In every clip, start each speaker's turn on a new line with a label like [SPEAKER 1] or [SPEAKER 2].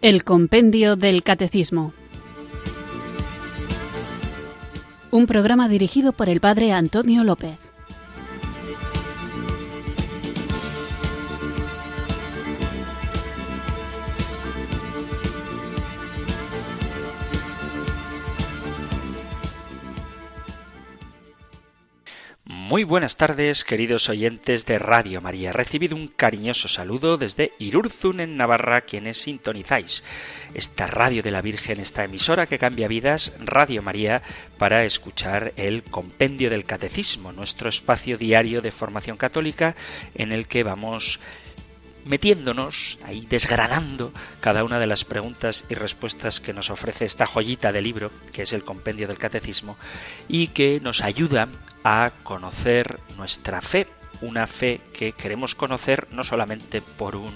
[SPEAKER 1] El Compendio del Catecismo. Un programa dirigido por el Padre Antonio López.
[SPEAKER 2] Muy buenas tardes, queridos oyentes de Radio María. Recibido un cariñoso saludo desde Irurzun, en Navarra, quienes sintonizáis esta Radio de la Virgen, esta emisora que cambia vidas, Radio María, para escuchar el Compendio del Catecismo, nuestro espacio diario de formación católica en el que vamos metiéndonos, ahí desgranando cada una de las preguntas y respuestas que nos ofrece esta joyita de libro, que es el Compendio del Catecismo, y que nos ayuda a conocer nuestra fe, una fe que queremos conocer no solamente por un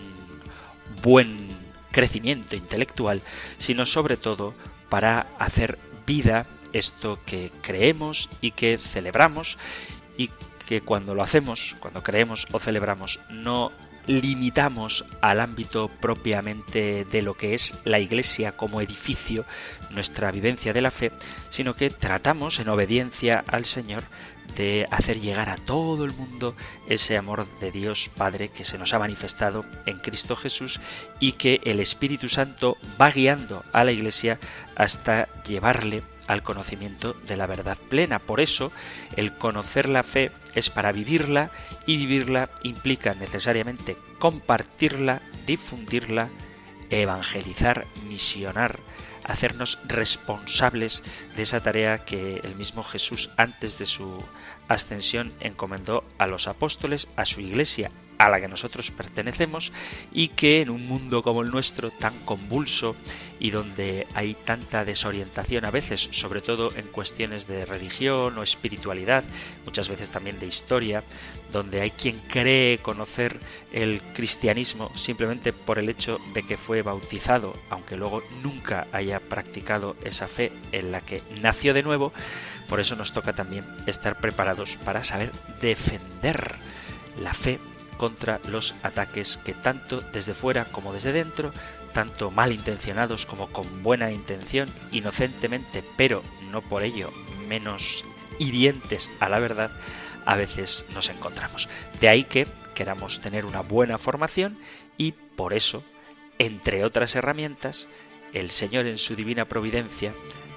[SPEAKER 2] buen crecimiento intelectual, sino sobre todo para hacer vida esto que creemos y que celebramos, y que cuando lo hacemos, cuando creemos o celebramos, no limitamos al ámbito propiamente de lo que es la Iglesia como edificio, nuestra vivencia de la fe, sino que tratamos, en obediencia al Señor, de hacer llegar a todo el mundo ese amor de Dios Padre que se nos ha manifestado en Cristo Jesús y que el Espíritu Santo va guiando a la Iglesia hasta llevarle al conocimiento de la verdad plena. Por eso, el conocer la fe es para vivirla, y vivirla implica necesariamente compartirla, difundirla, evangelizar, misionar, hacernos responsables de esa tarea que el mismo Jesús, antes de su ascensión, encomendó a los apóstoles, a su Iglesia, a la que nosotros pertenecemos, y que en un mundo como el nuestro, tan convulso y donde hay tanta desorientación a veces, sobre todo en cuestiones de religión o espiritualidad, muchas veces también de historia, donde hay quien cree conocer el cristianismo simplemente por el hecho de que fue bautizado, aunque luego nunca haya practicado esa fe en la que nació de nuevo. Por eso nos toca también estar preparados para saber defender la fe contra los ataques que tanto desde fuera como desde dentro, tanto malintencionados como con buena intención, inocentemente, pero no por ello menos hirientes a la verdad, a veces nos encontramos. De ahí que queramos tener una buena formación, y por eso, entre otras herramientas, el Señor en su divina providencia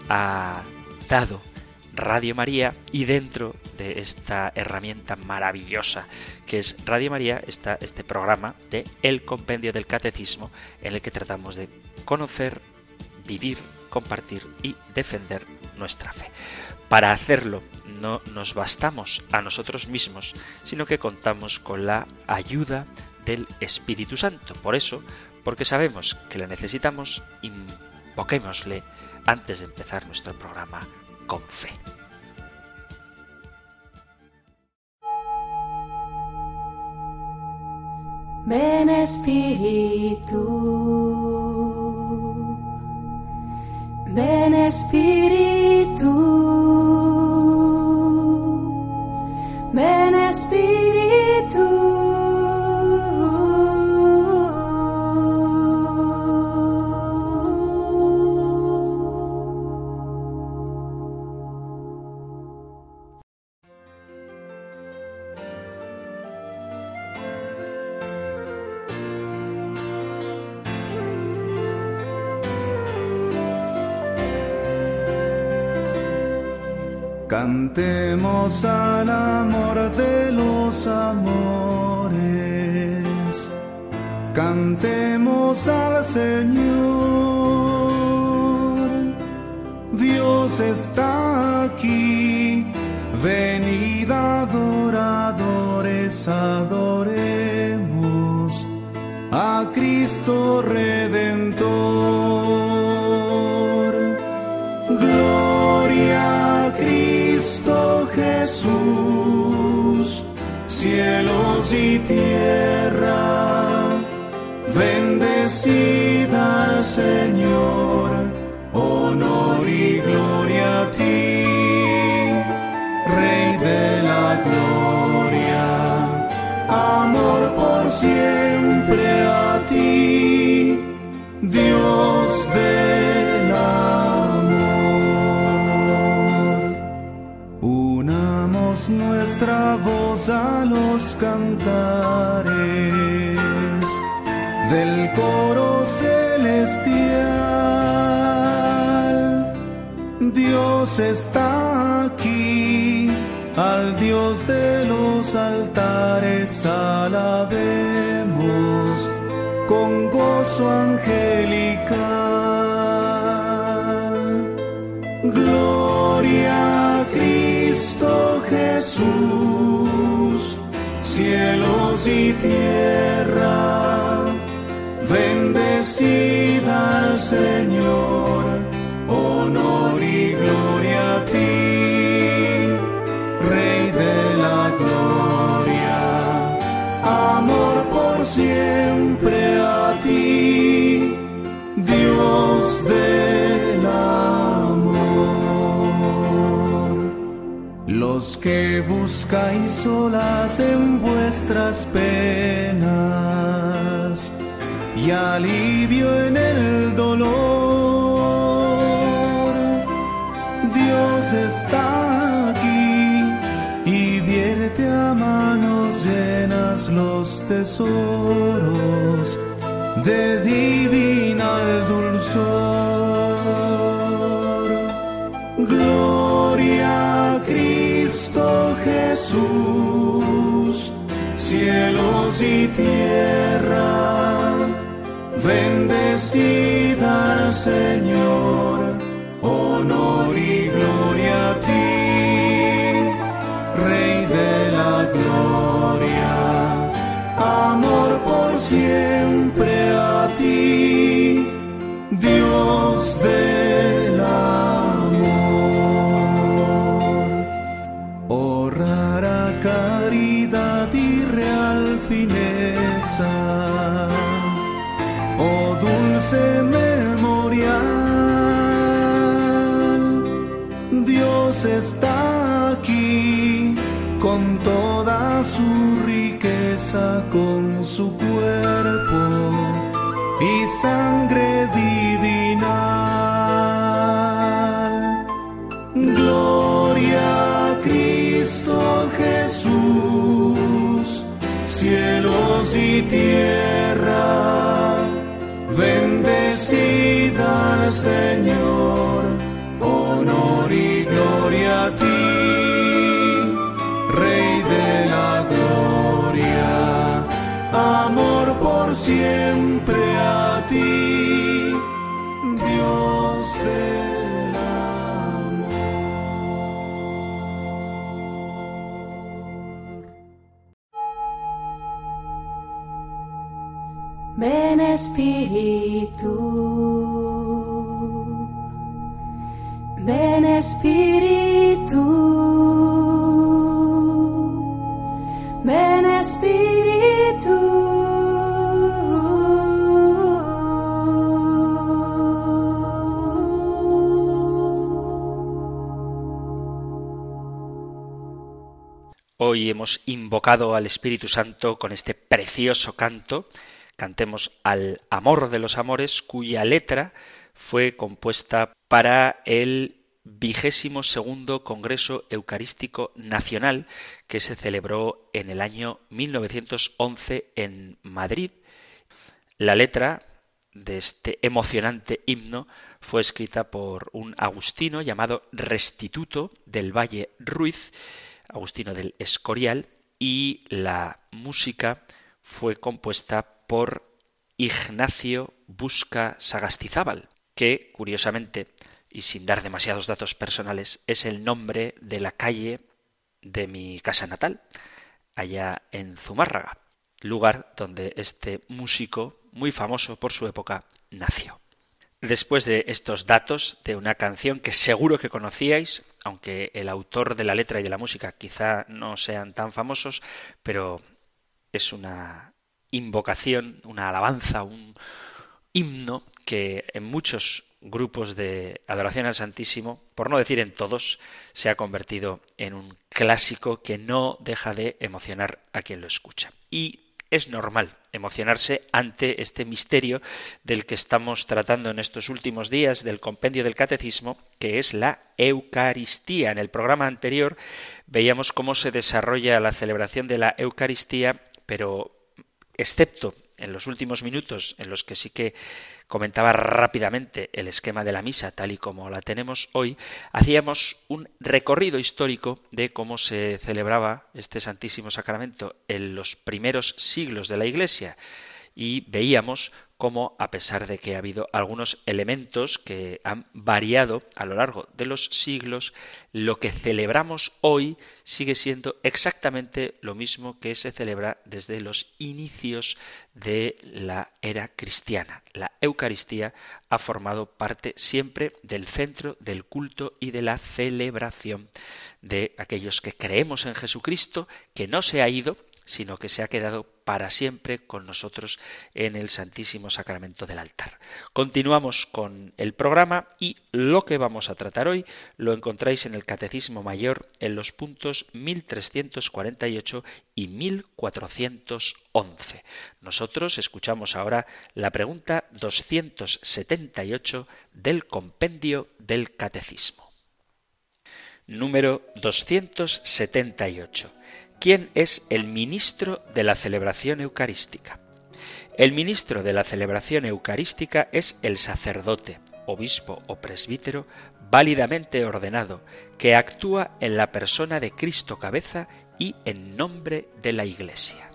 [SPEAKER 2] ha dado Radio María, y dentro de esta herramienta maravillosa que es Radio María está este programa de El Compendio del Catecismo, en el que tratamos de conocer, vivir, compartir y defender nuestra fe. Para hacerlo no nos bastamos a nosotros mismos, sino que contamos con la ayuda del Espíritu Santo. Por eso, porque sabemos que le necesitamos, invoquémosle antes de empezar nuestro programa con fe.
[SPEAKER 3] Ven Espíritu, ven Espíritu, ven Espíritu.
[SPEAKER 4] Cantemos al amor de los amores, cantemos al Señor. Dios está aquí, venid adoradores, adoremos a Cristo Redentor. Gloria a Cristo Jesús, cielos y tierra, bendecid al Señor, honor y gloria a ti, Rey de la gloria, amor por siempre a ti, Dios nuestra voz a los cantares del coro celestial. Dios está aquí, al Dios de los altares alabemos con gozo angelical. Gloria a Cristo Jesús, cielos y tierra, bendecida al Señor, honor y gloria a ti, Rey de la gloria, amor por siempre a ti, Dios del amor. Los que buscáis solas en vuestras penas y alivio en el dolor, Dios está aquí y vierte a manos llenas los tesoros de divinal dulzor. Gloria a Cristo Jesús, cielos y tierra, bendecida al Señor, honor y gloria a ti, Rey de la gloria, amor por siempre a ti, Dios del amor. Oh rara caridad y real fineza, oh dulce memorial, Dios está aquí con toda su riqueza, con su cuerpo y sangre divinal. Gloria a Cristo Jesús, cielos y tierra, bendecida al Señor, honor y gloria a ti, Rey de la gloria, amor por siempre a ti, Dios del amor.
[SPEAKER 3] Ven Espíritu, ven Espíritu, ven Espíritu.
[SPEAKER 2] Hoy hemos invocado al Espíritu Santo con este precioso canto. Cantemos al amor de los amores, cuya letra fue compuesta para el 22º Congreso Eucarístico Nacional que se celebró en el año 1911 en Madrid. La letra de este emocionante himno fue escrita por un agustino llamado Restituto del Valle Ruiz, Agustino del Escorial, y la música fue compuesta por Ignacio Busca Sagastizábal, que, curiosamente, y sin dar demasiados datos personales, es el nombre de la calle de mi casa natal, allá en Zumárraga, lugar donde este músico, muy famoso por su época, nació. Después de estos datos de una canción que seguro que conocíais, aunque el autor de la letra y de la música quizá no sean tan famosos, pero es una invocación, una alabanza, un himno que en muchos grupos de adoración al Santísimo, por no decir en todos, se ha convertido en un clásico que no deja de emocionar a quien lo escucha. Y Es normal emocionarse ante este misterio del que estamos tratando en estos últimos días del compendio del Catecismo, que es la Eucaristía. En el programa anterior veíamos cómo se desarrolla la celebración de la Eucaristía, pero excepto en los últimos minutos en los que sí que comentaba rápidamente el esquema de la misa tal y como la tenemos hoy, hacíamos un recorrido histórico de cómo se celebraba este Santísimo Sacramento en los primeros siglos de la Iglesia y veíamos cómo, a pesar de que ha habido algunos elementos que han variado a lo largo de los siglos, lo que celebramos hoy sigue siendo exactamente lo mismo que se celebra desde los inicios de la era cristiana. La Eucaristía ha formado parte siempre del centro del culto y de la celebración de aquellos que creemos en Jesucristo, que no se ha ido, sino que se ha quedado para siempre con nosotros en el Santísimo Sacramento del altar. Continuamos con el programa y lo que vamos a tratar hoy lo encontráis en el Catecismo Mayor en los puntos 1348 y 1411. Nosotros escuchamos ahora la pregunta 278 del compendio del Catecismo. Número 278. ¿Quién es el ministro de la celebración eucarística? El ministro de la celebración eucarística es el sacerdote, obispo o presbítero válidamente ordenado, que actúa en la persona de Cristo cabeza y en nombre de la Iglesia.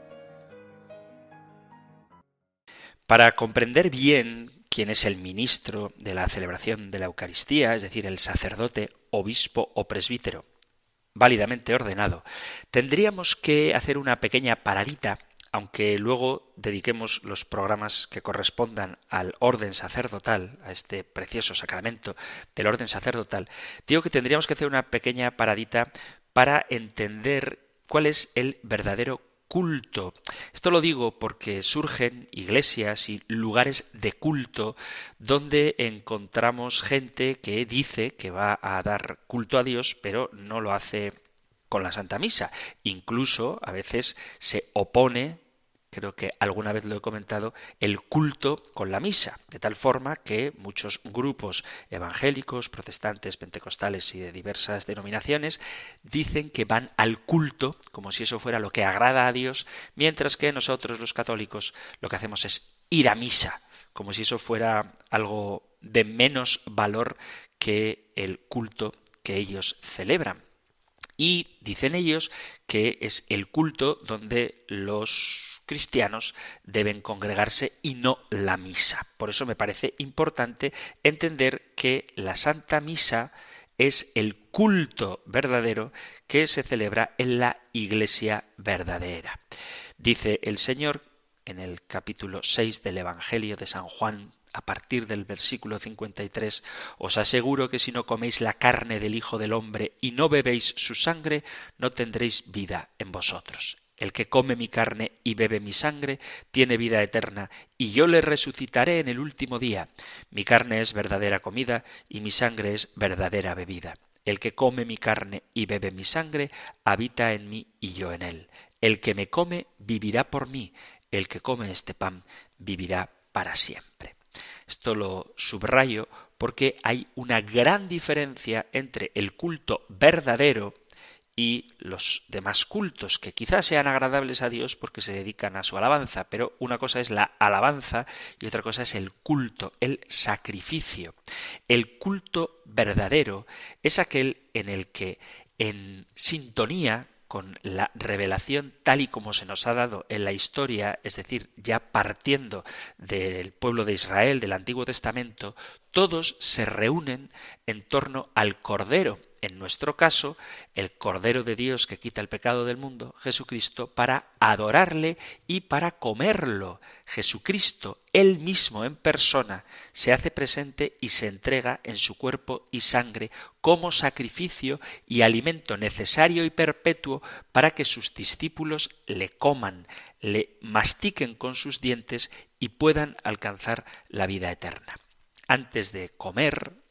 [SPEAKER 2] Para comprender bien quién es el ministro de la celebración de la Eucaristía, es decir, el sacerdote, obispo o presbítero, válidamente ordenado, tendríamos que hacer una pequeña paradita, aunque luego dediquemos los programas que correspondan al orden sacerdotal, a este precioso sacramento del orden sacerdotal. Digo que tendríamos que hacer una pequeña paradita para entender cuál es el verdadero culto. Esto lo digo porque surgen iglesias y lugares de culto donde encontramos gente que dice que va a dar culto a Dios, pero no lo hace con la Santa Misa. Incluso a veces se opone, creo que alguna vez lo he comentado, el culto con la misa, de tal forma que muchos grupos evangélicos, protestantes, pentecostales y de diversas denominaciones dicen que van al culto como si eso fuera lo que agrada a Dios, mientras que nosotros los católicos lo que hacemos es ir a misa, como si eso fuera algo de menos valor que el culto que ellos celebran. Y dicen ellos que es el culto donde los cristianos deben congregarse y no la misa. Por eso me parece importante entender que la Santa Misa es el culto verdadero que se celebra en la Iglesia verdadera. Dice el Señor en el capítulo 6 del Evangelio de San Juan, a partir del versículo 53, os aseguro que si no coméis la carne del Hijo del Hombre y no bebéis su sangre, no tendréis vida en vosotros. El que come mi carne y bebe mi sangre tiene vida eterna, y yo le resucitaré en el último día. Mi carne es verdadera comida y mi sangre es verdadera bebida. El que come mi carne y bebe mi sangre habita en mí y yo en él. El que me come vivirá por mí. El que come este pan vivirá para siempre. Esto lo subrayo porque hay una gran diferencia entre el culto verdadero y los demás cultos, que quizás sean agradables a Dios porque se dedican a su alabanza, pero una cosa es la alabanza y otra cosa es el culto, el sacrificio. El culto verdadero es aquel en el que, en sintonía con la revelación tal y como se nos ha dado en la historia, es decir, ya partiendo del pueblo de Israel, del Antiguo Testamento, todos se reúnen en torno al Cordero, en nuestro caso, el Cordero de Dios que quita el pecado del mundo, Jesucristo, para adorarle y para comerlo. Jesucristo, él mismo en persona, se hace presente y se entrega en su cuerpo y sangre como sacrificio y alimento necesario y perpetuo para que sus discípulos le coman, le mastiquen con sus dientes y puedan alcanzar la vida eterna. Antes de comer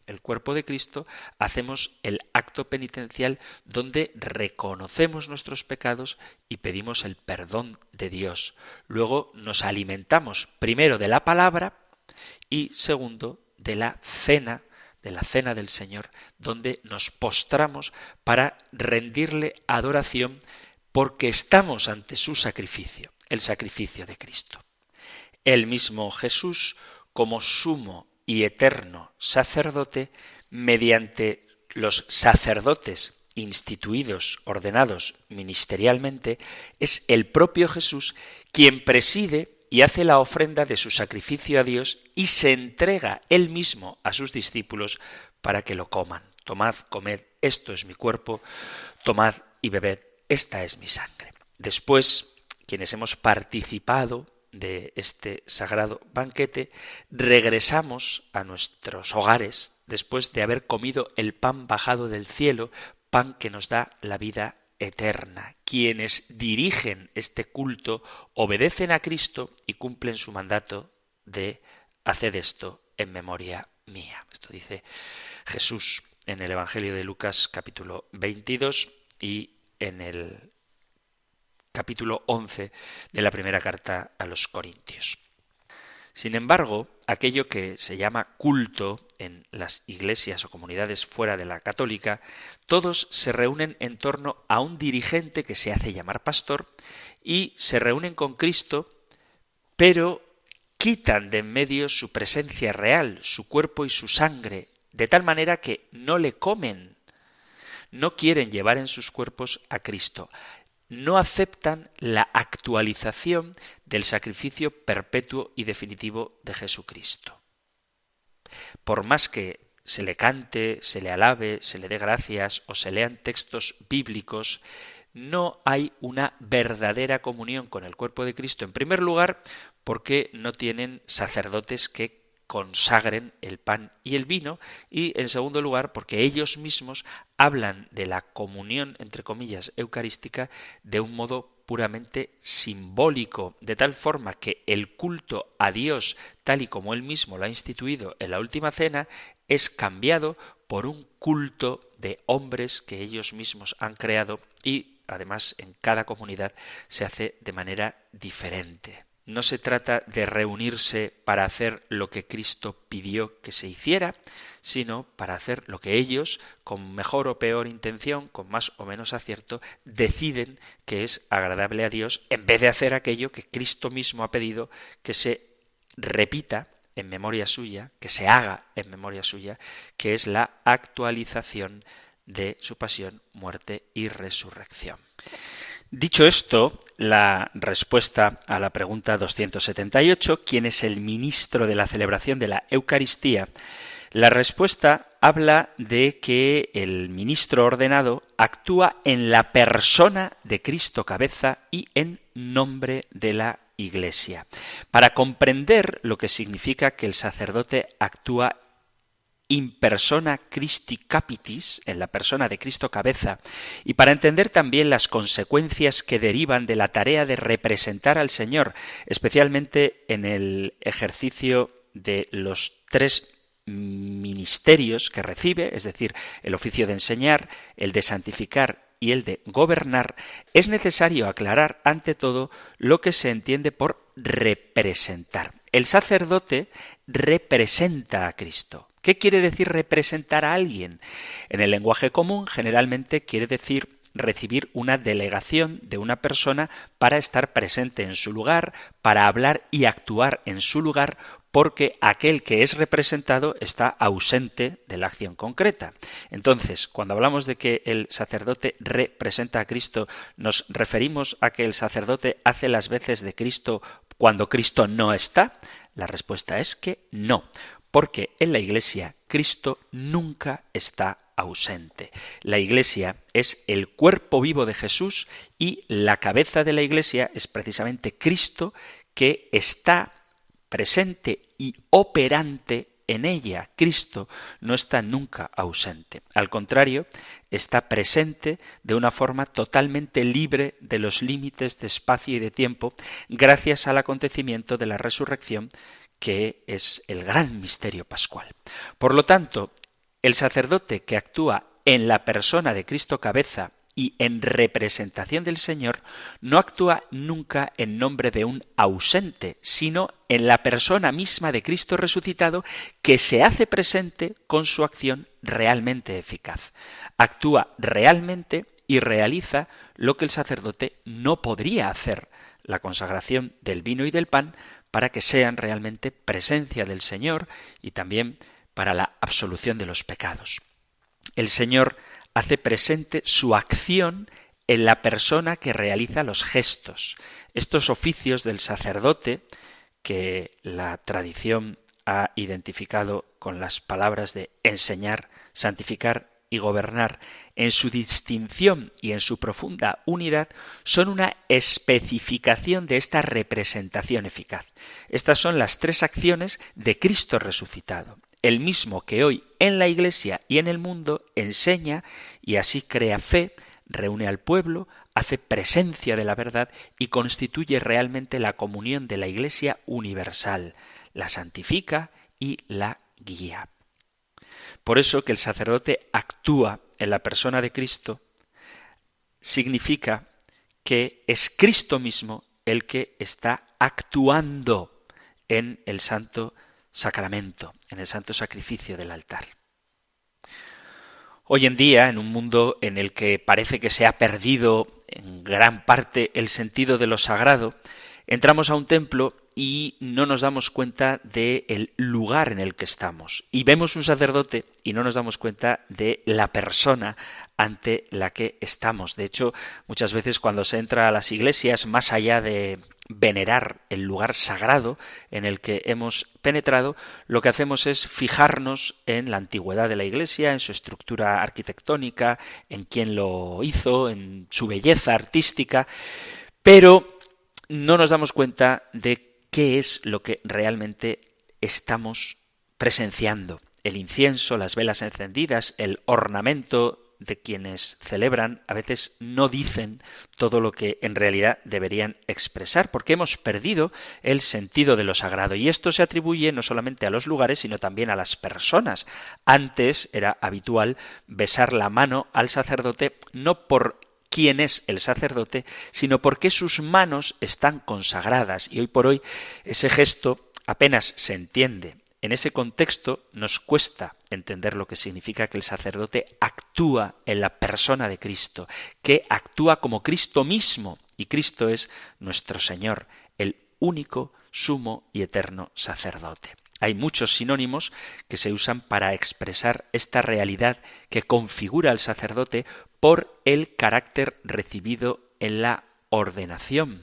[SPEAKER 2] el cuerpo de Cristo, hacemos el acto penitencial donde reconocemos nuestros pecados y pedimos el perdón de Dios. Luego nos alimentamos primero de la palabra y segundo de la cena del Señor, donde nos postramos para rendirle adoración porque estamos ante su sacrificio, el sacrificio de Cristo. El mismo Jesús, como sumo y eterno sacerdote, mediante los sacerdotes instituidos, ordenados ministerialmente, es el propio Jesús quien preside y hace la ofrenda de su sacrificio a Dios y se entrega él mismo a sus discípulos para que lo coman. Tomad, comed, esto es mi cuerpo, tomad y bebed, esta es mi sangre. Después, quienes hemos participado de este sagrado banquete, regresamos a nuestros hogares después de haber comido el pan bajado del cielo, pan que nos da la vida eterna. Quienes dirigen este culto obedecen a Cristo y cumplen su mandato de haced esto en memoria mía. Esto dice Jesús en el Evangelio de Lucas capítulo 22 y en el capítulo 11 de la primera carta a los Corintios. Sin embargo, aquello que se llama culto en las iglesias o comunidades fuera de la católica, todos se reúnen en torno a un dirigente que se hace llamar pastor y se reúnen con Cristo, pero quitan de en medio su presencia real, su cuerpo y su sangre, de tal manera que no le comen, no quieren llevar en sus cuerpos a Cristo. No aceptan la actualización del sacrificio perpetuo y definitivo de Jesucristo. Por más que se le cante, se le alabe, se le dé gracias o se lean textos bíblicos, no hay una verdadera comunión con el cuerpo de Cristo. En primer lugar, porque no tienen sacerdotes que consagren el pan y el vino, y en segundo lugar porque ellos mismos hablan de la comunión, entre comillas, eucarística de un modo puramente simbólico, de tal forma que el culto a Dios, tal y como él mismo lo ha instituido en la última cena, es cambiado por un culto de hombres que ellos mismos han creado y además en cada comunidad se hace de manera diferente. No se trata de reunirse para hacer lo que Cristo pidió que se hiciera, sino para hacer lo que ellos, con mejor o peor intención, con más o menos acierto, deciden que es agradable a Dios, en vez de hacer aquello que Cristo mismo ha pedido que se repita en memoria suya, que se haga en memoria suya, que es la actualización de su pasión, muerte y resurrección. Dicho esto, la respuesta a la pregunta 278, ¿quién es el ministro de la celebración de la Eucaristía? La respuesta habla de que el ministro ordenado actúa en la persona de Cristo cabeza y en nombre de la Iglesia. Para comprender lo que significa que el sacerdote actúa in persona Christi capitis, en la persona de Cristo cabeza, y para entender también las consecuencias que derivan de la tarea de representar al Señor, especialmente en el ejercicio de los 3 ministerios que recibe, es decir, el oficio de enseñar, el de santificar y el de gobernar, es necesario aclarar ante todo lo que se entiende por representar. El sacerdote representa a Cristo. ¿Qué quiere decir representar a alguien? En el lenguaje común generalmente quiere decir recibir una delegación de una persona para estar presente en su lugar, para hablar y actuar en su lugar, porque aquel que es representado está ausente de la acción concreta. Entonces, cuando hablamos de que el sacerdote representa a Cristo, ¿nos referimos a que el sacerdote hace las veces de Cristo cuando Cristo no está? La respuesta es que no, porque en la Iglesia Cristo nunca está ausente. La Iglesia es el cuerpo vivo de Jesús y la cabeza de la Iglesia es precisamente Cristo, que está presente y operante en ella. Cristo no está nunca ausente. Al contrario, está presente de una forma totalmente libre de los límites de espacio y de tiempo, gracias al acontecimiento de la resurrección, que es el gran misterio pascual. Por lo tanto, El sacerdote que actúa en la persona de Cristo cabeza y en representación del Señor no actúa nunca en nombre de un ausente, sino en la persona misma de Cristo resucitado, que se hace presente con su acción realmente eficaz. Actúa realmente y realiza lo que el sacerdote no podría hacer, la consagración del vino y del pan, para que sean realmente presencia del Señor y también para la absolución de los pecados. El Señor hace presente su acción en la persona que realiza los gestos. Estos oficios del sacerdote, que la tradición ha identificado con las palabras de enseñar, santificar y gobernar, en su distinción y en su profunda unidad, son una especificación de esta representación eficaz. Estas son las tres acciones de Cristo resucitado, el mismo que hoy en la Iglesia y en el mundo enseña y así crea fe, reúne al pueblo, hace presencia de la verdad y constituye realmente la comunión de la Iglesia universal, la santifica y la guía. Por eso que el sacerdote actúa en la persona de Cristo significa que es Cristo mismo el que está actuando en el santo sacramento, en el santo sacrificio del altar. Hoy en día, en un mundo en el que parece que se ha perdido en gran parte el sentido de lo sagrado, entramos a un templo y no nos damos cuenta del lugar en el que estamos. Y vemos un sacerdote y no nos damos cuenta de la persona ante la que estamos. De hecho, muchas veces cuando se entra a las iglesias, más allá de venerar el lugar sagrado en el que hemos penetrado, lo que hacemos es fijarnos en la antigüedad de la iglesia, en su estructura arquitectónica, en quién lo hizo, en su belleza artística, pero no nos damos cuenta de qué es lo que realmente estamos presenciando. El incienso, las velas encendidas, el ornamento de quienes celebran a veces no dicen todo lo que en realidad deberían expresar, porque hemos perdido el sentido de lo sagrado. Y esto se atribuye no solamente a los lugares, sino también a las personas. Antes era habitual besar la mano al sacerdote, no por quién es el sacerdote, sino porque sus manos están consagradas. Y hoy por hoy ese gesto apenas se entiende. En ese contexto nos cuesta entender lo que significa que el sacerdote actúa en la persona de Cristo, que actúa como Cristo mismo, y Cristo es nuestro Señor, el único, sumo y eterno sacerdote. Hay muchos sinónimos que se usan para expresar esta realidad que configura al sacerdote por el carácter recibido en la ordenación.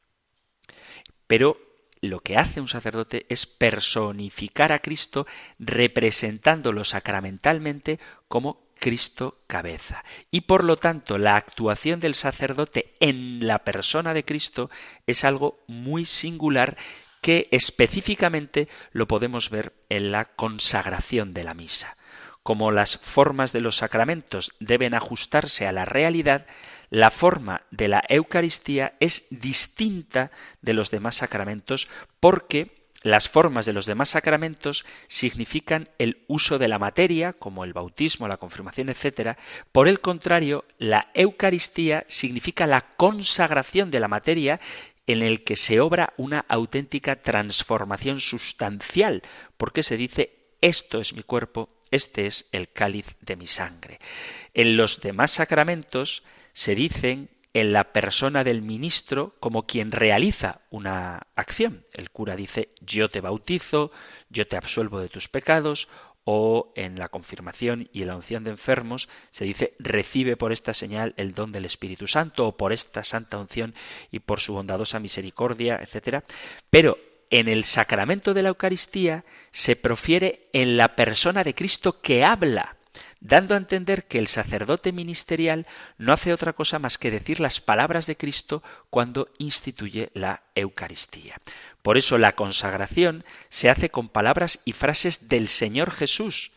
[SPEAKER 2] Pero lo que hace un sacerdote es personificar a Cristo representándolo sacramentalmente como Cristo cabeza. Y por lo tanto, la actuación del sacerdote en la persona de Cristo es algo muy singular que específicamente lo podemos ver en la consagración de la misa. Como las formas de los sacramentos deben ajustarse a la realidad, la forma de la Eucaristía es distinta de los demás sacramentos porque las formas de los demás sacramentos significan el uso de la materia, como el bautismo, la confirmación, etc. Por el contrario, la Eucaristía significa la consagración de la materia en el que se obra una auténtica transformación sustancial, porque se dice, esto es mi cuerpo, este es el cáliz de mi sangre. En los demás sacramentos se dicen en la persona del ministro como quien realiza una acción. El cura dice, yo te bautizo, yo te absuelvo de tus pecados, o en la confirmación y en la unción de enfermos se dice, recibe por esta señal el don del Espíritu Santo, o por esta santa unción y por su bondadosa misericordia, etc. Pero en el sacramento de la Eucaristía se profiere en la persona de Cristo que habla, dando a entender que el sacerdote ministerial no hace otra cosa más que decir las palabras de Cristo cuando instituye la Eucaristía. Por eso la consagración se hace con palabras y frases del Señor Jesús.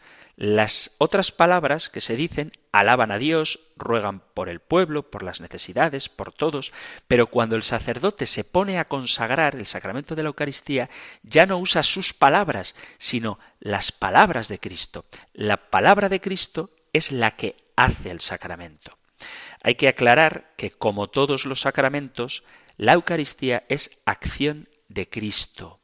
[SPEAKER 2] Las otras palabras que se dicen alaban a Dios, ruegan por el pueblo, por las necesidades, por todos, pero cuando el sacerdote se pone a consagrar el sacramento de la Eucaristía, ya no usa sus palabras, sino las palabras de Cristo. La palabra de Cristo es la que hace el sacramento. Hay que aclarar que, como todos los sacramentos, la Eucaristía es acción de Cristo.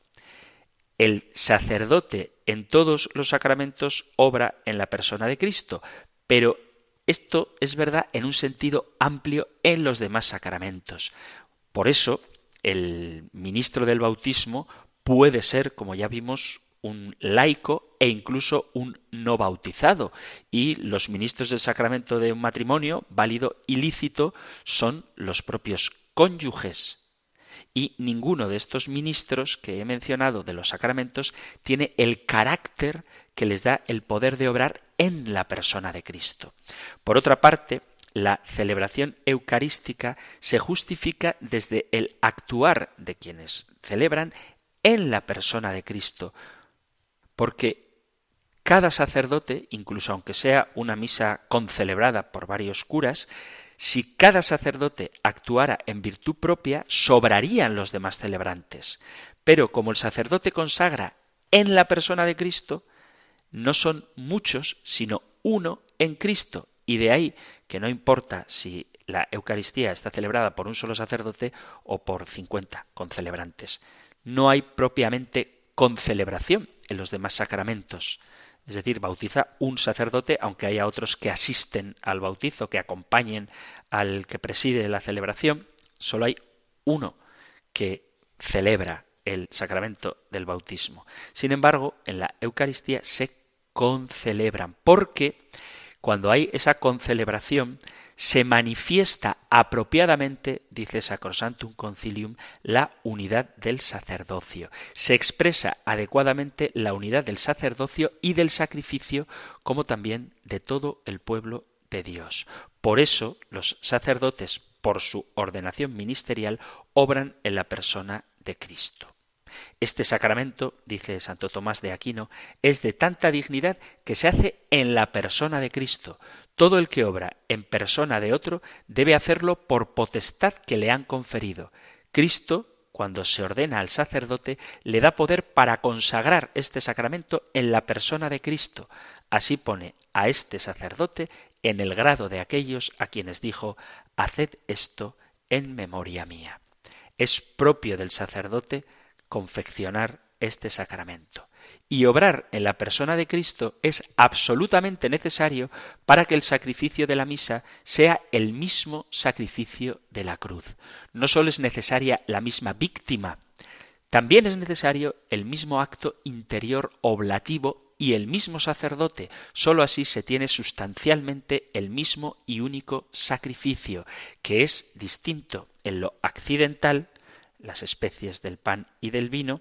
[SPEAKER 2] El sacerdote en todos los sacramentos obra en la persona de Cristo, pero esto es verdad en un sentido amplio en los demás sacramentos. Por eso, el ministro del bautismo puede ser, como ya vimos, un laico e incluso un no bautizado. Y los ministros del sacramento de un matrimonio, válido y lícito, son los propios cónyuges. Y ninguno de estos ministros que he mencionado de los sacramentos tiene el carácter que les da el poder de obrar en la persona de Cristo. Por otra parte, la celebración eucarística se justifica desde el actuar de quienes celebran en la persona de Cristo, porque cada sacerdote, incluso aunque sea una misa concelebrada por varios curas, si cada sacerdote actuara en virtud propia, sobrarían los demás celebrantes. Pero como el sacerdote consagra en la persona de Cristo, no son muchos, sino uno en Cristo. Y de ahí que no importa si la Eucaristía está celebrada por un solo sacerdote o por 50 concelebrantes. No hay propiamente concelebración en los demás sacramentos. Es decir, bautiza un sacerdote, aunque haya otros que asisten al bautizo, que acompañen al que preside la celebración. Solo hay uno que celebra el sacramento del bautismo. Sin embargo, en la Eucaristía se concelebran, porque cuando hay esa concelebración se manifiesta apropiadamente, dice Sacrosanctum Concilium, la unidad del sacerdocio. Se expresa adecuadamente la unidad del sacerdocio y del sacrificio, como también de todo el pueblo de Dios. Por eso los sacerdotes, por su ordenación ministerial, obran en la persona de Cristo. Este sacramento, dice Santo Tomás de Aquino, es de tanta dignidad que se hace en la persona de Cristo. Todo el que obra en persona de otro debe hacerlo por potestad que le han conferido. Cristo, cuando se ordena al sacerdote, le da poder para consagrar este sacramento en la persona de Cristo. Así pone a este sacerdote en el grado de aquellos a quienes dijo: «Haced esto en memoria mía». Es propio del sacerdote confeccionar este sacramento. Y obrar en la persona de Cristo es absolutamente necesario para que el sacrificio de la misa sea el mismo sacrificio de la cruz. No solo es necesaria la misma víctima, también es necesario el mismo acto interior oblativo y el mismo sacerdote. Solo así se tiene sustancialmente el mismo y único sacrificio, que es distinto en lo accidental, las especies del pan y del vino,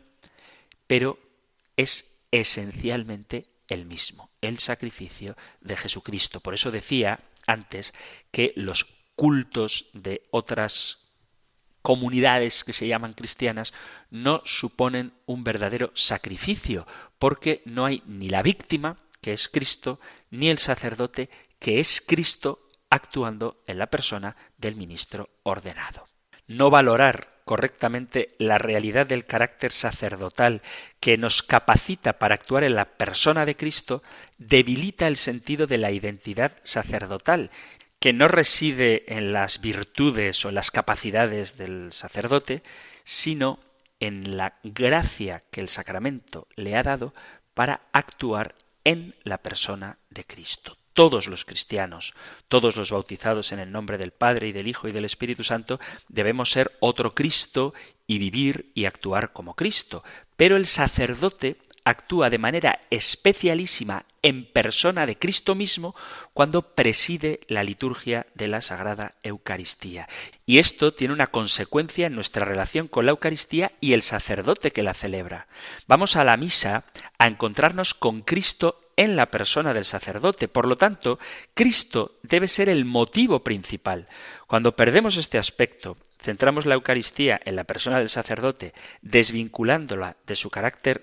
[SPEAKER 2] pero es esencialmente el mismo, el sacrificio de Jesucristo. Por eso decía antes que los cultos de otras comunidades que se llaman cristianas no suponen un verdadero sacrificio, porque no hay ni la víctima, que es Cristo, ni el sacerdote, que es Cristo, actuando en la persona del ministro ordenado. No valorar correctamente la realidad del carácter sacerdotal que nos capacita para actuar en la persona de Cristo debilita el sentido de la identidad sacerdotal, que no reside en las virtudes o las capacidades del sacerdote, sino en la gracia que el sacramento le ha dado para actuar en la persona de Cristo. Todos los cristianos, todos los bautizados en el nombre del Padre y del Hijo y del Espíritu Santo, debemos ser otro Cristo y vivir y actuar como Cristo. Pero el sacerdote actúa de manera especialísima en persona de Cristo mismo cuando preside la liturgia de la Sagrada Eucaristía. Y esto tiene una consecuencia en nuestra relación con la Eucaristía y el sacerdote que la celebra. Vamos a la misa a encontrarnos con Cristo en la persona del sacerdote. Por lo tanto, Cristo debe ser el motivo principal. Cuando perdemos este aspecto, centramos la Eucaristía en la persona del sacerdote, desvinculándola de su carácter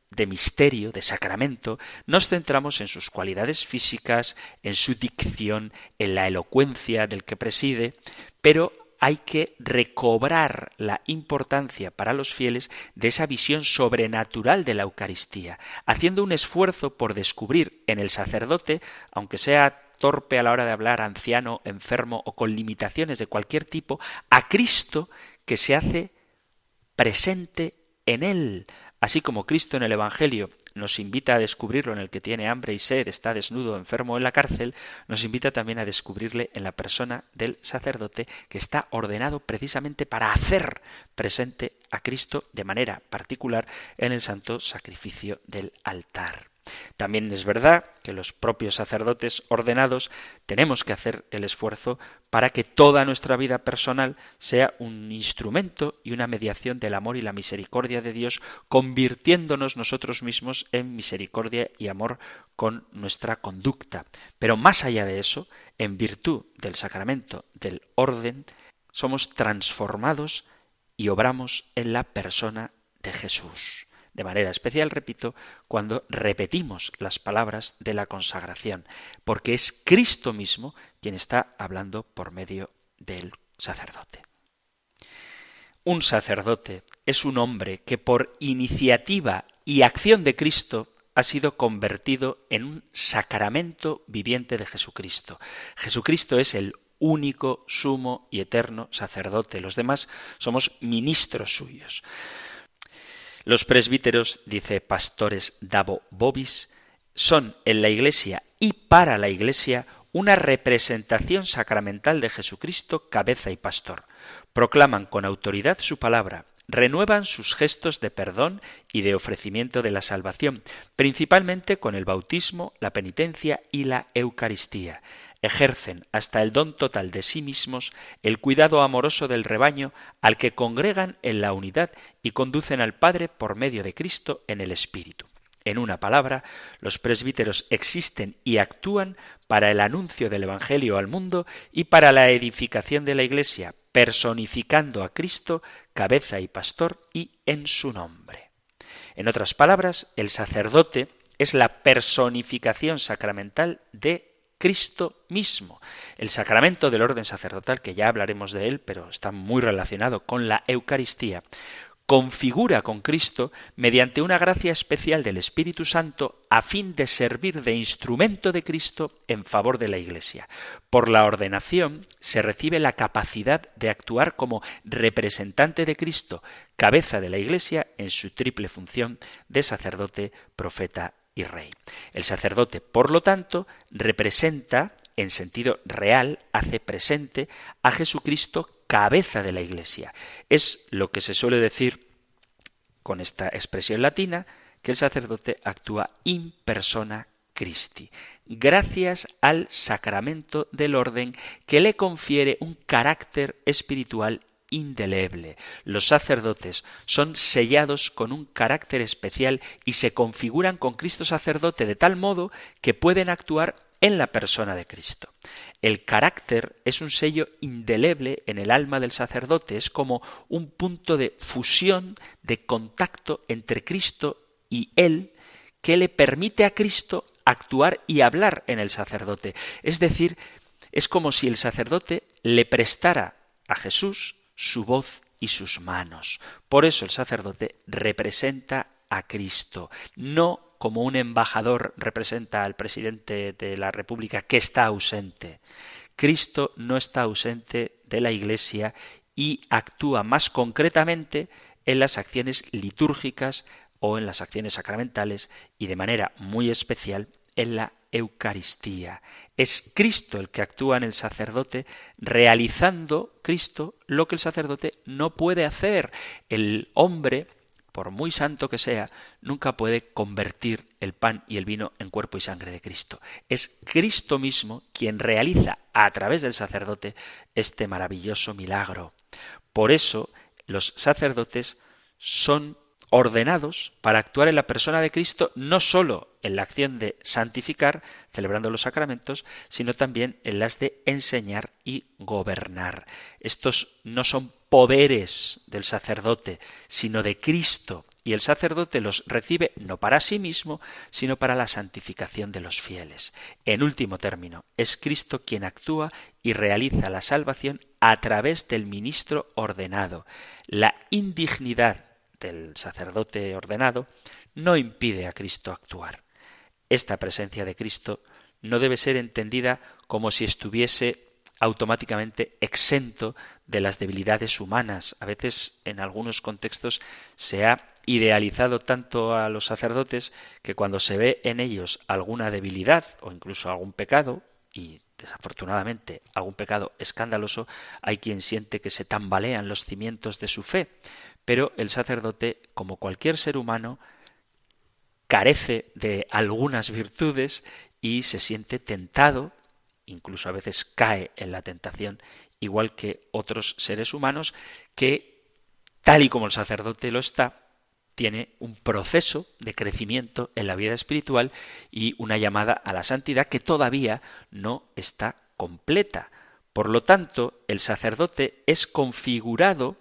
[SPEAKER 2] de misterio, de sacramento, nos centramos en sus cualidades físicas, en su dicción, en la elocuencia del que preside, pero hay que recobrar la importancia para los fieles de esa visión sobrenatural de la Eucaristía, haciendo un esfuerzo por descubrir en el sacerdote, aunque sea torpe a la hora de hablar, anciano, enfermo o con limitaciones de cualquier tipo, a Cristo que se hace presente en él. Así como Cristo en el Evangelio nos invita a descubrirlo en el que tiene hambre y sed, está desnudo, enfermo en la cárcel, nos invita también a descubrirle en la persona del sacerdote que está ordenado precisamente para hacer presente a Cristo de manera particular en el santo sacrificio del altar. También es verdad que los propios sacerdotes ordenados tenemos que hacer el esfuerzo para que toda nuestra vida personal sea un instrumento y una mediación del amor y la misericordia de Dios, convirtiéndonos nosotros mismos en misericordia y amor con nuestra conducta. Pero más allá de eso, en virtud del sacramento del orden, somos transformados y obramos en la persona de Jesús. De manera especial, repito, cuando repetimos las palabras de la consagración, porque es Cristo mismo quien está hablando por medio del sacerdote. Un sacerdote es un hombre que por iniciativa y acción de Cristo ha sido convertido en un sacramento viviente de Jesucristo. Jesucristo es el único, sumo y eterno sacerdote. Los demás somos ministros suyos. Los presbíteros, dice Pastores Davo Bobis, son en la Iglesia y para la Iglesia una representación sacramental de Jesucristo, cabeza y pastor. Proclaman con autoridad su palabra, renuevan sus gestos de perdón y de ofrecimiento de la salvación, principalmente con el bautismo, la penitencia y la Eucaristía. Ejercen hasta el don total de sí mismos el cuidado amoroso del rebaño al que congregan en la unidad y conducen al Padre por medio de Cristo en el Espíritu. En una palabra, los presbíteros existen y actúan para el anuncio del Evangelio al mundo y para la edificación de la Iglesia, personificando a Cristo, cabeza y pastor, y en su nombre. En otras palabras, el sacerdote es la personificación sacramental de Cristo mismo. El sacramento del orden sacerdotal, que ya hablaremos de él, pero está muy relacionado con la Eucaristía, configura con Cristo mediante una gracia especial del Espíritu Santo a fin de servir de instrumento de Cristo en favor de la Iglesia. Por la ordenación se recibe la capacidad de actuar como representante de Cristo, cabeza de la Iglesia, en su triple función de sacerdote, profeta y rey. El sacerdote, por lo tanto, representa, en sentido real, hace presente a Jesucristo, cabeza de la Iglesia. Es lo que se suele decir con esta expresión latina, que el sacerdote actúa in persona Christi, gracias al sacramento del orden que le confiere un carácter espiritual indeleble. Los sacerdotes son sellados con un carácter especial y se configuran con Cristo sacerdote de tal modo que pueden actuar en la persona de Cristo. El carácter es un sello indeleble en el alma del sacerdote, es como un punto de fusión, de contacto entre Cristo y él, que le permite a Cristo actuar y hablar en el sacerdote. Es decir, es como si el sacerdote le prestara a Jesús su voz y sus manos. Por eso el sacerdote representa a Cristo, no como un embajador representa al presidente de la República que está ausente. Cristo no está ausente de la Iglesia y actúa más concretamente en las acciones litúrgicas o en las acciones sacramentales y de manera muy especial en la Eucaristía. Es Cristo el que actúa en el sacerdote, realizando Cristo lo que el sacerdote no puede hacer. El hombre, por muy santo que sea, nunca puede convertir el pan y el vino en cuerpo y sangre de Cristo. Es Cristo mismo quien realiza a través del sacerdote este maravilloso milagro. Por eso los sacerdotes son ordenados para actuar en la persona de Cristo, no sólo en la acción de santificar, celebrando los sacramentos, sino también en las de enseñar y gobernar. Estos no son poderes del sacerdote, sino de Cristo, y el sacerdote los recibe no para sí mismo, sino para la santificación de los fieles. En último término, es Cristo quien actúa y realiza la salvación a través del ministro ordenado. La indignidad del sacerdote ordenado no impide a Cristo actuar. Esta presencia de Cristo no debe ser entendida como si estuviese automáticamente exento de las debilidades humanas. A veces, en algunos contextos, se ha idealizado tanto a los sacerdotes que cuando se ve en ellos alguna debilidad o incluso algún pecado, y desafortunadamente algún pecado escandaloso, hay quien siente que se tambalean los cimientos de su fe. Pero el sacerdote, como cualquier ser humano, carece de algunas virtudes y se siente tentado, incluso a veces cae en la tentación, igual que otros seres humanos que, tal y como el sacerdote lo está, tiene un proceso de crecimiento en la vida espiritual y una llamada a la santidad que todavía no está completa. Por lo tanto, el sacerdote es configurado,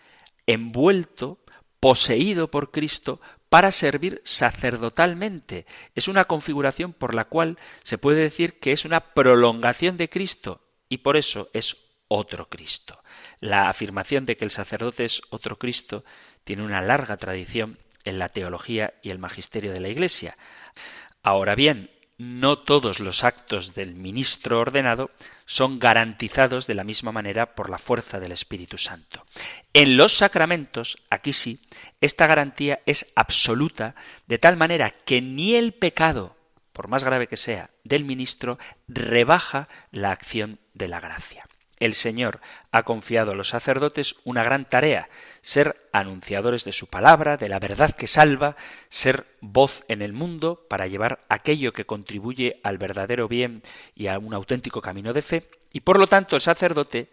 [SPEAKER 2] envuelto, poseído por Cristo para servir sacerdotalmente. Es una configuración por la cual se puede decir que es una prolongación de Cristo y por eso es otro Cristo. La afirmación de que el sacerdote es otro Cristo tiene una larga tradición en la teología y el magisterio de la Iglesia. Ahora bien, no todos los actos del ministro ordenado son garantizados de la misma manera por la fuerza del Espíritu Santo. En los sacramentos, aquí sí, esta garantía es absoluta, de tal manera que ni el pecado, por más grave que sea, del ministro, rebaja la acción de la gracia. El Señor ha confiado a los sacerdotes una gran tarea: ser anunciadores de su palabra, de la verdad que salva, ser voz en el mundo para llevar aquello que contribuye al verdadero bien y a un auténtico camino de fe, y por lo tanto el sacerdote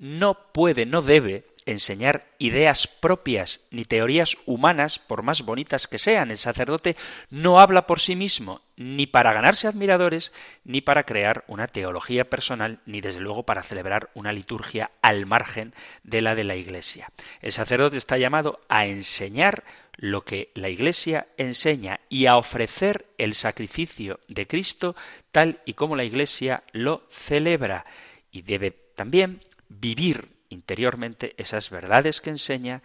[SPEAKER 2] no puede, no debe enseñar ideas propias ni teorías humanas, por más bonitas que sean. El sacerdote no habla por sí mismo, ni para ganarse admiradores, ni para crear una teología personal, ni desde luego para celebrar una liturgia al margen de la Iglesia. El sacerdote está llamado a enseñar lo que la Iglesia enseña y a ofrecer el sacrificio de Cristo tal y como la Iglesia lo celebra, y debe también vivir interiormente esas verdades que enseña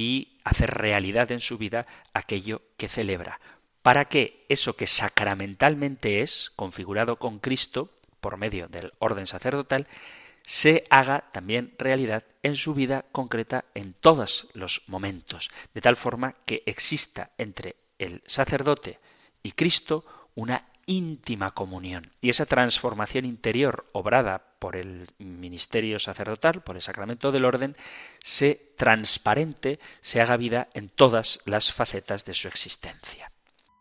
[SPEAKER 2] y hacer realidad en su vida aquello que celebra, para que eso que sacramentalmente es configurado con Cristo por medio del orden sacerdotal se haga también realidad en su vida concreta en todos los momentos, de tal forma que exista entre el sacerdote y Cristo una íntima comunión. Y esa transformación interior obrada por el ministerio sacerdotal, por el sacramento del orden, se transparente, se haga vida en todas las facetas de su existencia.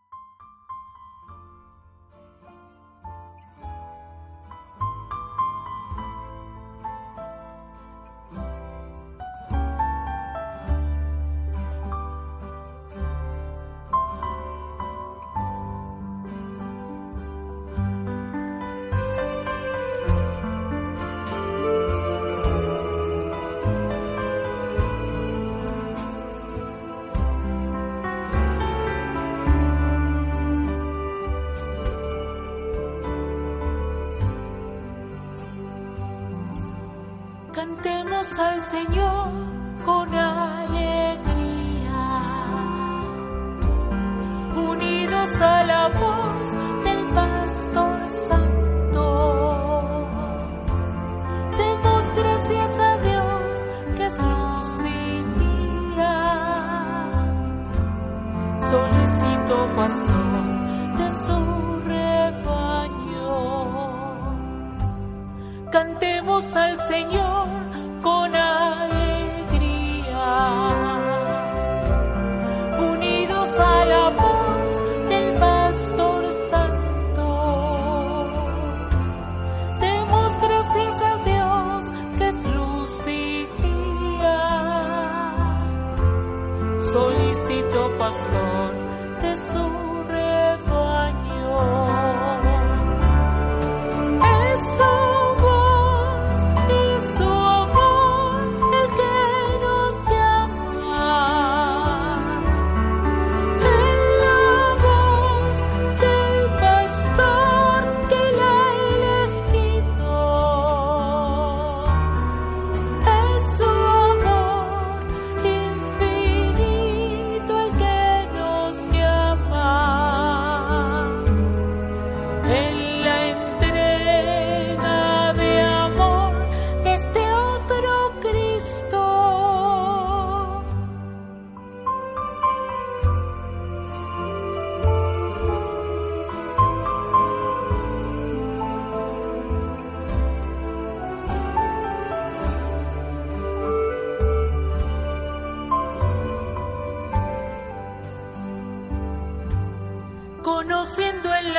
[SPEAKER 3] Cantemos al Señor con alegría, unidos a la voz del Pastor Santo. Demos gracias a Dios que es luz y guía, solicito pastor de su rebaño. Cantemos al Señor con alegría, unidos a la voz del Pastor Santo. Demos gracias a Dios que es luz y guía, solicito pastor de su rebaño.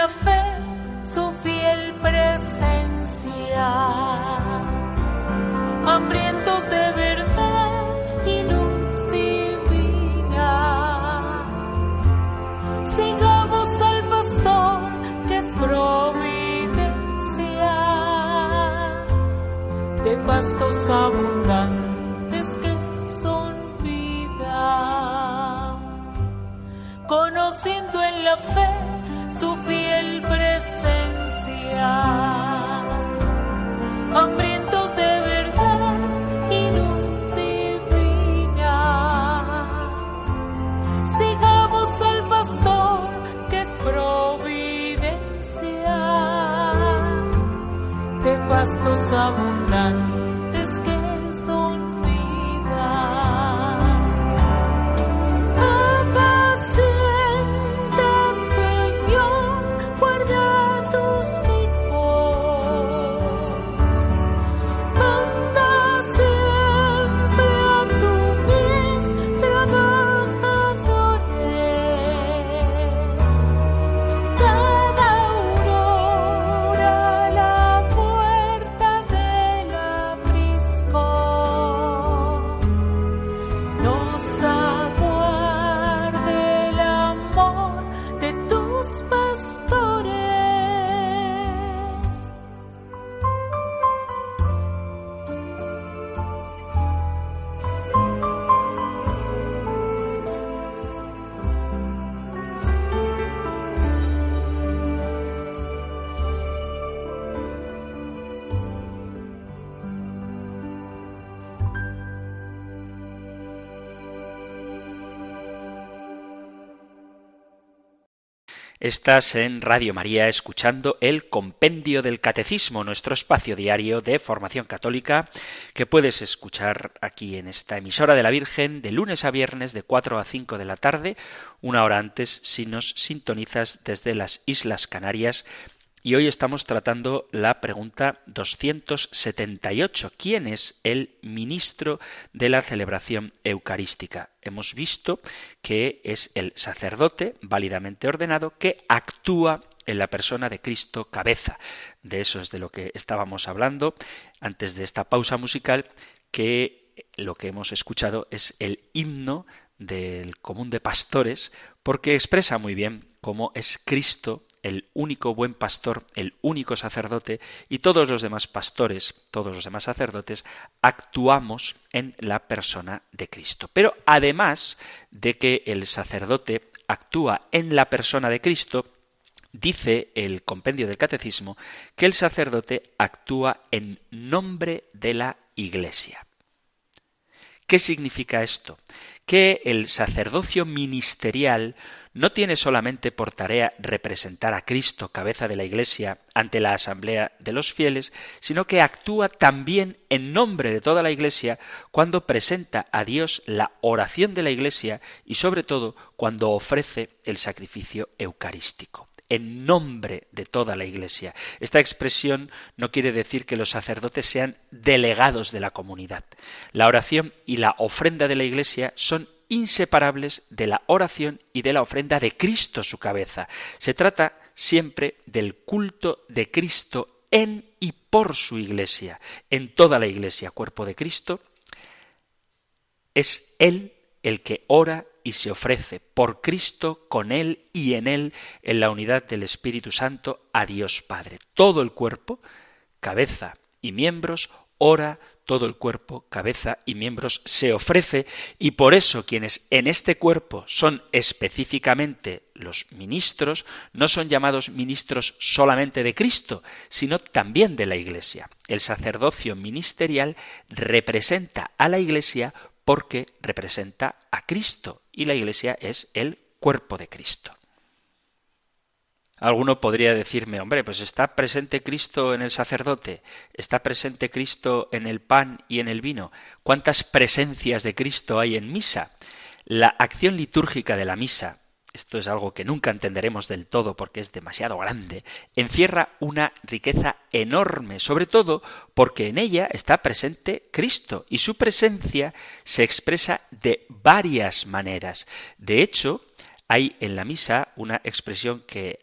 [SPEAKER 3] la fe su fiel presencia, hambrientos de verdad y luz divina. Sigamos al pastor que es providencia, de pastos abundantes que son vida, conociendo en la fe su fiel presencia, hambrientos de verdad y luz divina. Sigamos al pastor que es providencia, de pastos abundantes que son vida. Apacienta, Señor, guarda a tus hijos. Manda siempre a tu mies trabajadores. Cada aurora la puerta del aprisco nos aguarde el amor de tus pastores.
[SPEAKER 2] Estás en Radio María escuchando el Compendio del Catecismo, nuestro espacio diario de formación católica que puedes escuchar aquí en esta emisora de la Virgen de lunes a viernes de 4 a 5 de la tarde, una hora antes si nos sintonizas desde las Islas Canarias. Y hoy estamos tratando la pregunta 278. ¿Quién es el ministro de la celebración eucarística? Hemos visto que es el sacerdote válidamente ordenado que actúa en la persona de Cristo cabeza. De eso es de lo que estábamos hablando antes de esta pausa musical, que lo que hemos escuchado es el himno del común de pastores, porque expresa muy bien cómo es Cristo el único buen pastor, el único sacerdote, y todos los demás pastores, todos los demás sacerdotes, actuamos en la persona de Cristo. Pero además de que el sacerdote actúa en la persona de Cristo, dice el compendio del Catecismo que el sacerdote actúa en nombre de la Iglesia. ¿Qué significa esto? Que el sacerdocio ministerial no tiene solamente por tarea representar a Cristo, cabeza de la Iglesia, ante la asamblea de los fieles, sino que actúa también en nombre de toda la Iglesia cuando presenta a Dios la oración de la Iglesia y sobre todo cuando ofrece el sacrificio eucarístico. En nombre de toda la Iglesia. Esta expresión no quiere decir que los sacerdotes sean delegados de la comunidad. La oración y la ofrenda de la Iglesia son inseparables de la oración y de la ofrenda de Cristo, su cabeza. Se trata siempre del culto de Cristo en y por su Iglesia. En toda la Iglesia, cuerpo de Cristo, es Él el que ora y se ofrece por Cristo, con Él y en Él, en la unidad del Espíritu Santo, a Dios Padre. Todo el cuerpo, cabeza y miembros, ora, todo el cuerpo, cabeza y miembros se ofrece, y por eso quienes en este cuerpo son específicamente los ministros, no son llamados ministros solamente de Cristo, sino también de la Iglesia. El sacerdocio ministerial representa a la Iglesia porque representa a Cristo, y la Iglesia es el cuerpo de Cristo. Alguno podría decirme, hombre, pues está presente Cristo en el sacerdote, está presente Cristo en el pan y en el vino. ¿Cuántas presencias de Cristo hay en misa? La acción litúrgica de la misa, esto es algo que nunca entenderemos del todo porque es demasiado grande, encierra una riqueza enorme, sobre todo porque en ella está presente Cristo y su presencia se expresa de varias maneras. De hecho, hay en la misa una expresión que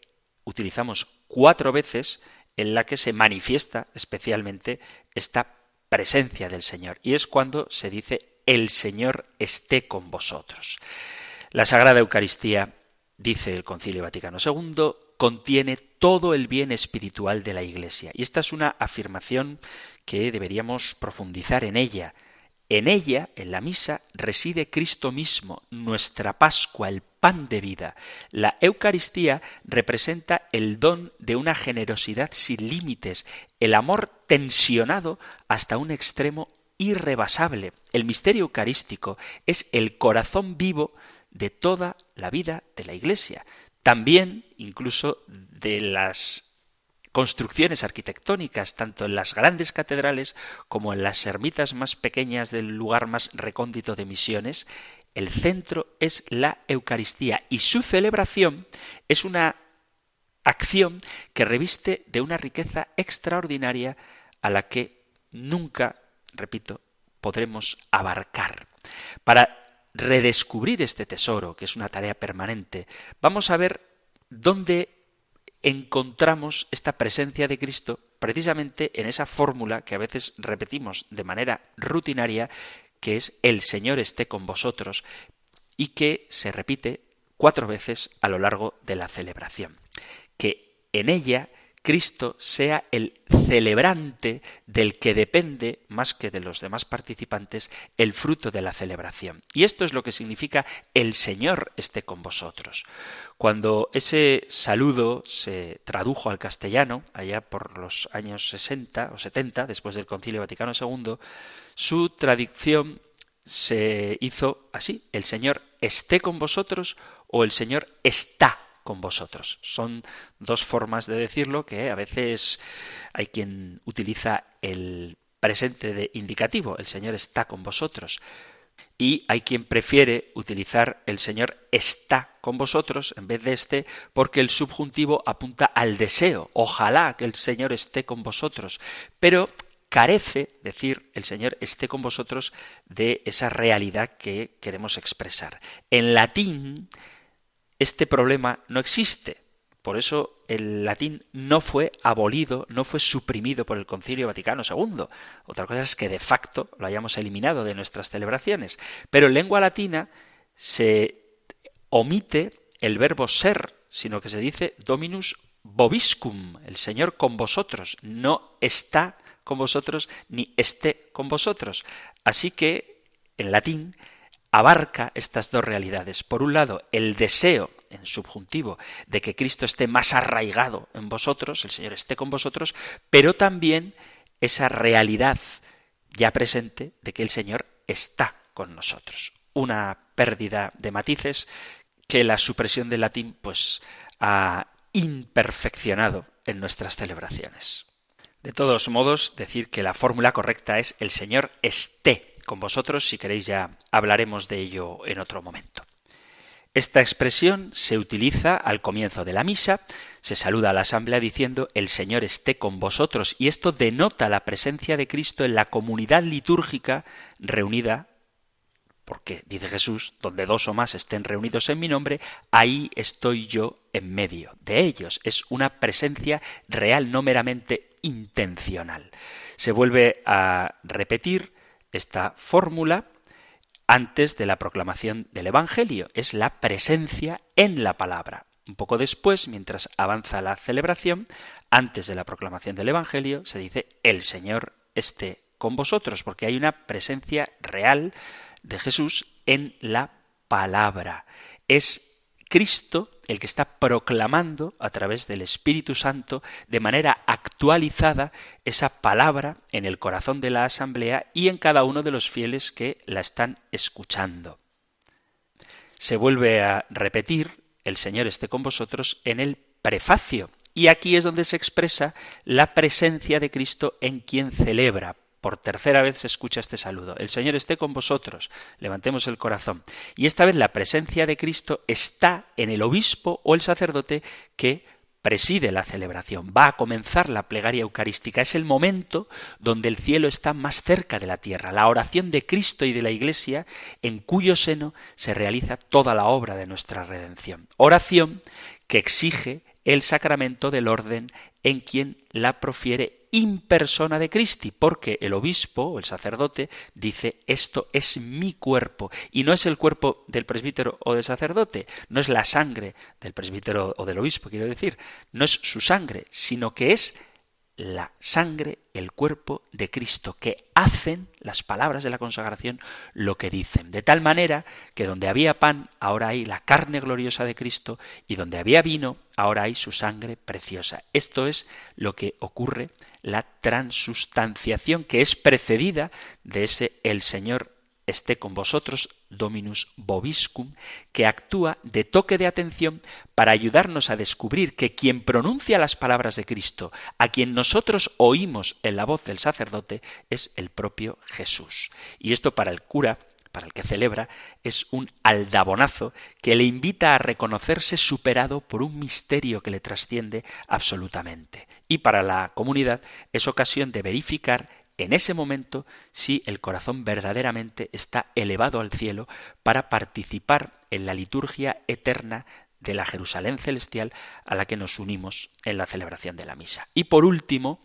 [SPEAKER 2] utilizamos 4 veces en la que se manifiesta especialmente esta presencia del Señor. Y es cuando se dice el Señor esté con vosotros. La Sagrada Eucaristía, dice el Concilio Vaticano II, contiene todo el bien espiritual de la Iglesia. Y esta es una afirmación que deberíamos profundizar en ella. En ella, en la misa, reside Cristo mismo, nuestra Pascua, el pan de vida. La Eucaristía representa el don de una generosidad sin límites, el amor tensionado hasta un extremo irrebasable. El misterio eucarístico es el corazón vivo de toda la vida de la Iglesia. También, incluso, de las construcciones arquitectónicas, tanto en las grandes catedrales como en las ermitas más pequeñas del lugar más recóndito de Misiones, el centro es la Eucaristía y su celebración es una acción que reviste de una riqueza extraordinaria a la que nunca, repito, podremos abarcar. Para redescubrir este tesoro, que es una tarea permanente, vamos a ver dónde encontramos esta presencia de Cristo precisamente en esa fórmula que a veces repetimos de manera rutinaria, que es el Señor esté con vosotros, y que se repite 4 veces a lo largo de la celebración. Que en ella Cristo sea el celebrante del que depende, más que de los demás participantes, el fruto de la celebración. Y esto es lo que significa el Señor esté con vosotros. Cuando ese saludo se tradujo al castellano, allá por los años 60 o 70, después del Concilio Vaticano II, su traducción se hizo así: el Señor esté con vosotros o el Señor está con vosotros. Son 2 formas de decirlo que a veces hay quien utiliza el presente de indicativo, el Señor está con vosotros, y hay quien prefiere utilizar el Señor está con vosotros en vez de esté, porque el subjuntivo apunta al deseo, ojalá que el Señor esté con vosotros, pero carece decir el Señor esté con vosotros de esa realidad que queremos expresar. En latín este problema no existe. Por eso el latín no fue abolido, no fue suprimido por el Concilio Vaticano II. Otra cosa es que de facto lo hayamos eliminado de nuestras celebraciones. Pero en lengua latina se omite el verbo ser, sino que se dice Dominus vobiscum, el Señor con vosotros. No está con vosotros ni esté con vosotros. Así que en latín abarca estas 2 realidades. Por un lado, el deseo, en subjuntivo, de que Cristo esté más arraigado en vosotros, el Señor esté con vosotros, pero también esa realidad ya presente de que el Señor está con nosotros. Una pérdida de matices que la supresión del latín pues ha imperfeccionado en nuestras celebraciones. De todos modos, decir que la fórmula correcta es el Señor esté con vosotros. Si queréis ya hablaremos de ello en otro momento. Esta expresión se utiliza al comienzo de la misa, se saluda a la asamblea diciendo el Señor esté con vosotros, y esto denota la presencia de Cristo en la comunidad litúrgica reunida, porque dice Jesús, donde 2 o más estén reunidos en mi nombre, ahí estoy yo en medio de ellos. Es una presencia real, no meramente intencional. Se vuelve a repetir esta fórmula antes de la proclamación del Evangelio. Es la presencia en la palabra. Un poco después, mientras avanza la celebración, antes de la proclamación del Evangelio, se dice el Señor esté con vosotros, porque hay una presencia real de Jesús en la palabra. Es Cristo el que está proclamando a través del Espíritu Santo de manera actualizada esa palabra en el corazón de la asamblea y en cada uno de los fieles que la están escuchando. Se vuelve a repetir el Señor esté con vosotros en el prefacio, y aquí es donde se expresa la presencia de Cristo en quien celebra. Por 3ª vez se escucha este saludo. El Señor esté con vosotros. Levantemos el corazón. Y esta vez la presencia de Cristo está en el obispo o el sacerdote que preside la celebración. Va a comenzar la plegaria eucarística. Es el momento donde el cielo está más cerca de la tierra. La oración de Cristo y de la Iglesia, en cuyo seno se realiza toda la obra de nuestra redención. Oración que exige el sacramento del orden en quien la profiere in persona de Christi, porque el obispo o el sacerdote dice: esto es mi cuerpo, y no es el cuerpo del presbítero o del sacerdote, no es la sangre del presbítero o del obispo, quiero decir, no es su sangre, sino que es la sangre, el cuerpo de Cristo, que hacen las palabras de la consagración lo que dicen. De tal manera que donde había pan, ahora hay la carne gloriosa de Cristo, y donde había vino, ahora hay su sangre preciosa. Esto es lo que ocurre, la transustanciación, que es precedida de ese el Señor esté con vosotros, Dominus Vobiscum, que actúa de toque de atención para ayudarnos a descubrir que quien pronuncia las palabras de Cristo, a quien nosotros oímos en la voz del sacerdote, es el propio Jesús. Y esto para el cura, para el que celebra, es un aldabonazo que le invita a reconocerse superado por un misterio que le trasciende absolutamente. Y para la comunidad es ocasión de verificar en ese momento si el corazón verdaderamente está elevado al cielo para participar en la liturgia eterna de la Jerusalén celestial a la que nos unimos en la celebración de la misa. Y por último,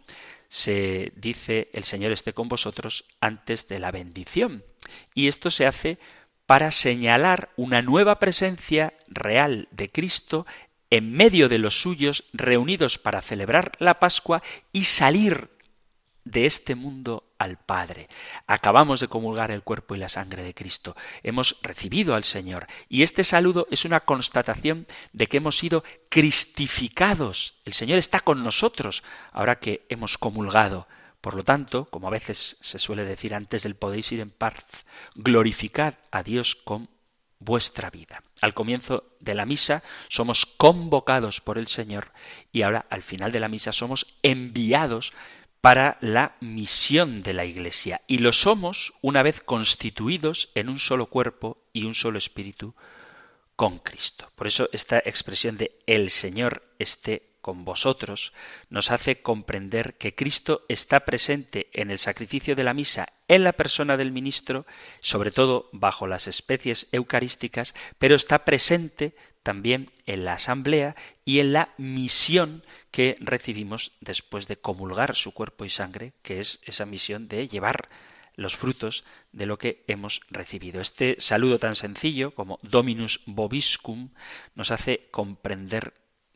[SPEAKER 2] se dice: el Señor esté con vosotros antes de la bendición. Y esto se hace para señalar una nueva presencia real de Cristo en medio de los suyos reunidos para celebrar la Pascua y salir de este mundo al Padre. Acabamos de comulgar el cuerpo y la sangre de Cristo. Hemos recibido al Señor. Y este saludo es una constatación de que hemos sido cristificados. El Señor está con nosotros ahora que hemos comulgado. Por lo tanto, como a veces se suele decir antes del podéis ir en paz, glorificad a Dios con vuestra vida. Al comienzo de la misa somos convocados por el Señor y ahora al final de la misa somos enviados para la misión de la Iglesia. Y lo somos una vez constituidos en un solo cuerpo y un solo espíritu con Cristo. Por eso esta expresión de el Señor esté con vosotros nos hace comprender que Cristo está presente en el sacrificio de la misa, en la persona del ministro, sobre todo bajo las especies eucarísticas, pero está presente también en la asamblea y en la misión que recibimos después de comulgar su cuerpo y sangre, que es esa misión de llevar los frutos de lo que hemos recibido. Este saludo tan sencillo como Dominus Vobiscum nos hace comprender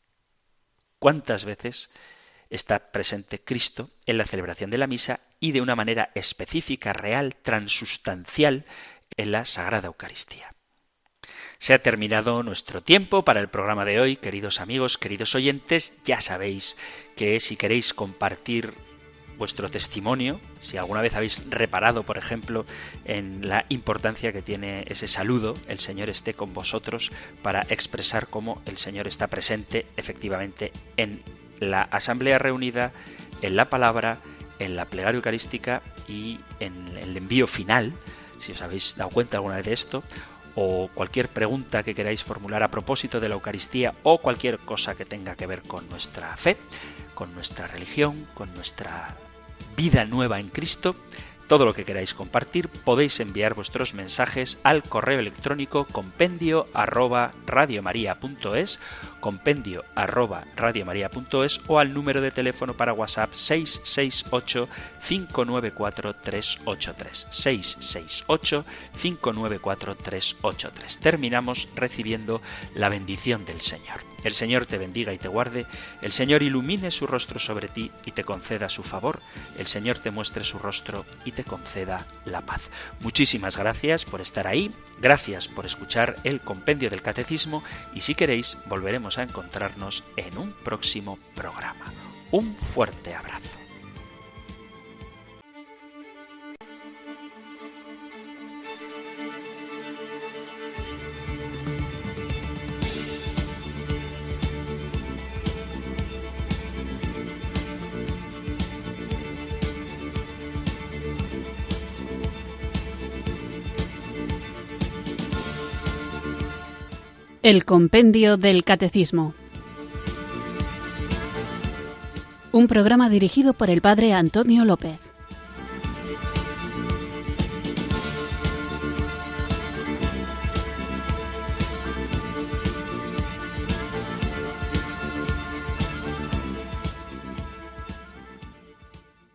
[SPEAKER 2] cuántas veces está presente Cristo en la celebración de la misa y de una manera específica, real, transustancial en la Sagrada Eucaristía. Se ha terminado nuestro tiempo para el programa de hoy, queridos amigos, queridos oyentes. Ya sabéis que si queréis compartir vuestro testimonio, si alguna vez habéis reparado, por ejemplo, en la importancia que tiene ese saludo, el Señor esté con vosotros, para expresar cómo el Señor está presente efectivamente en la asamblea reunida, en la palabra, en la plegaria eucarística y en el envío final, si os habéis dado cuenta alguna vez de esto, o cualquier pregunta que queráis formular a propósito de la Eucaristía o cualquier cosa que tenga que ver con nuestra fe, con nuestra religión, con nuestra vida nueva en Cristo, todo lo que queráis compartir, podéis enviar vuestros mensajes al correo electrónico compendio@radiomaria.es, compendio@radiomaria.es o al número de teléfono para WhatsApp 668-594-383, 668-594-383. Terminamos recibiendo la bendición del Señor. El Señor te bendiga y te guarde, el Señor ilumine su rostro sobre ti y te conceda su favor, el Señor te muestre su rostro y te conceda la paz. Muchísimas gracias por estar ahí, gracias por escuchar el Compendio del Catecismo y si queréis volveremos a encontrarnos en un próximo programa. Un fuerte abrazo.
[SPEAKER 1] El Compendio del Catecismo. Un programa dirigido por el Padre Antonio López.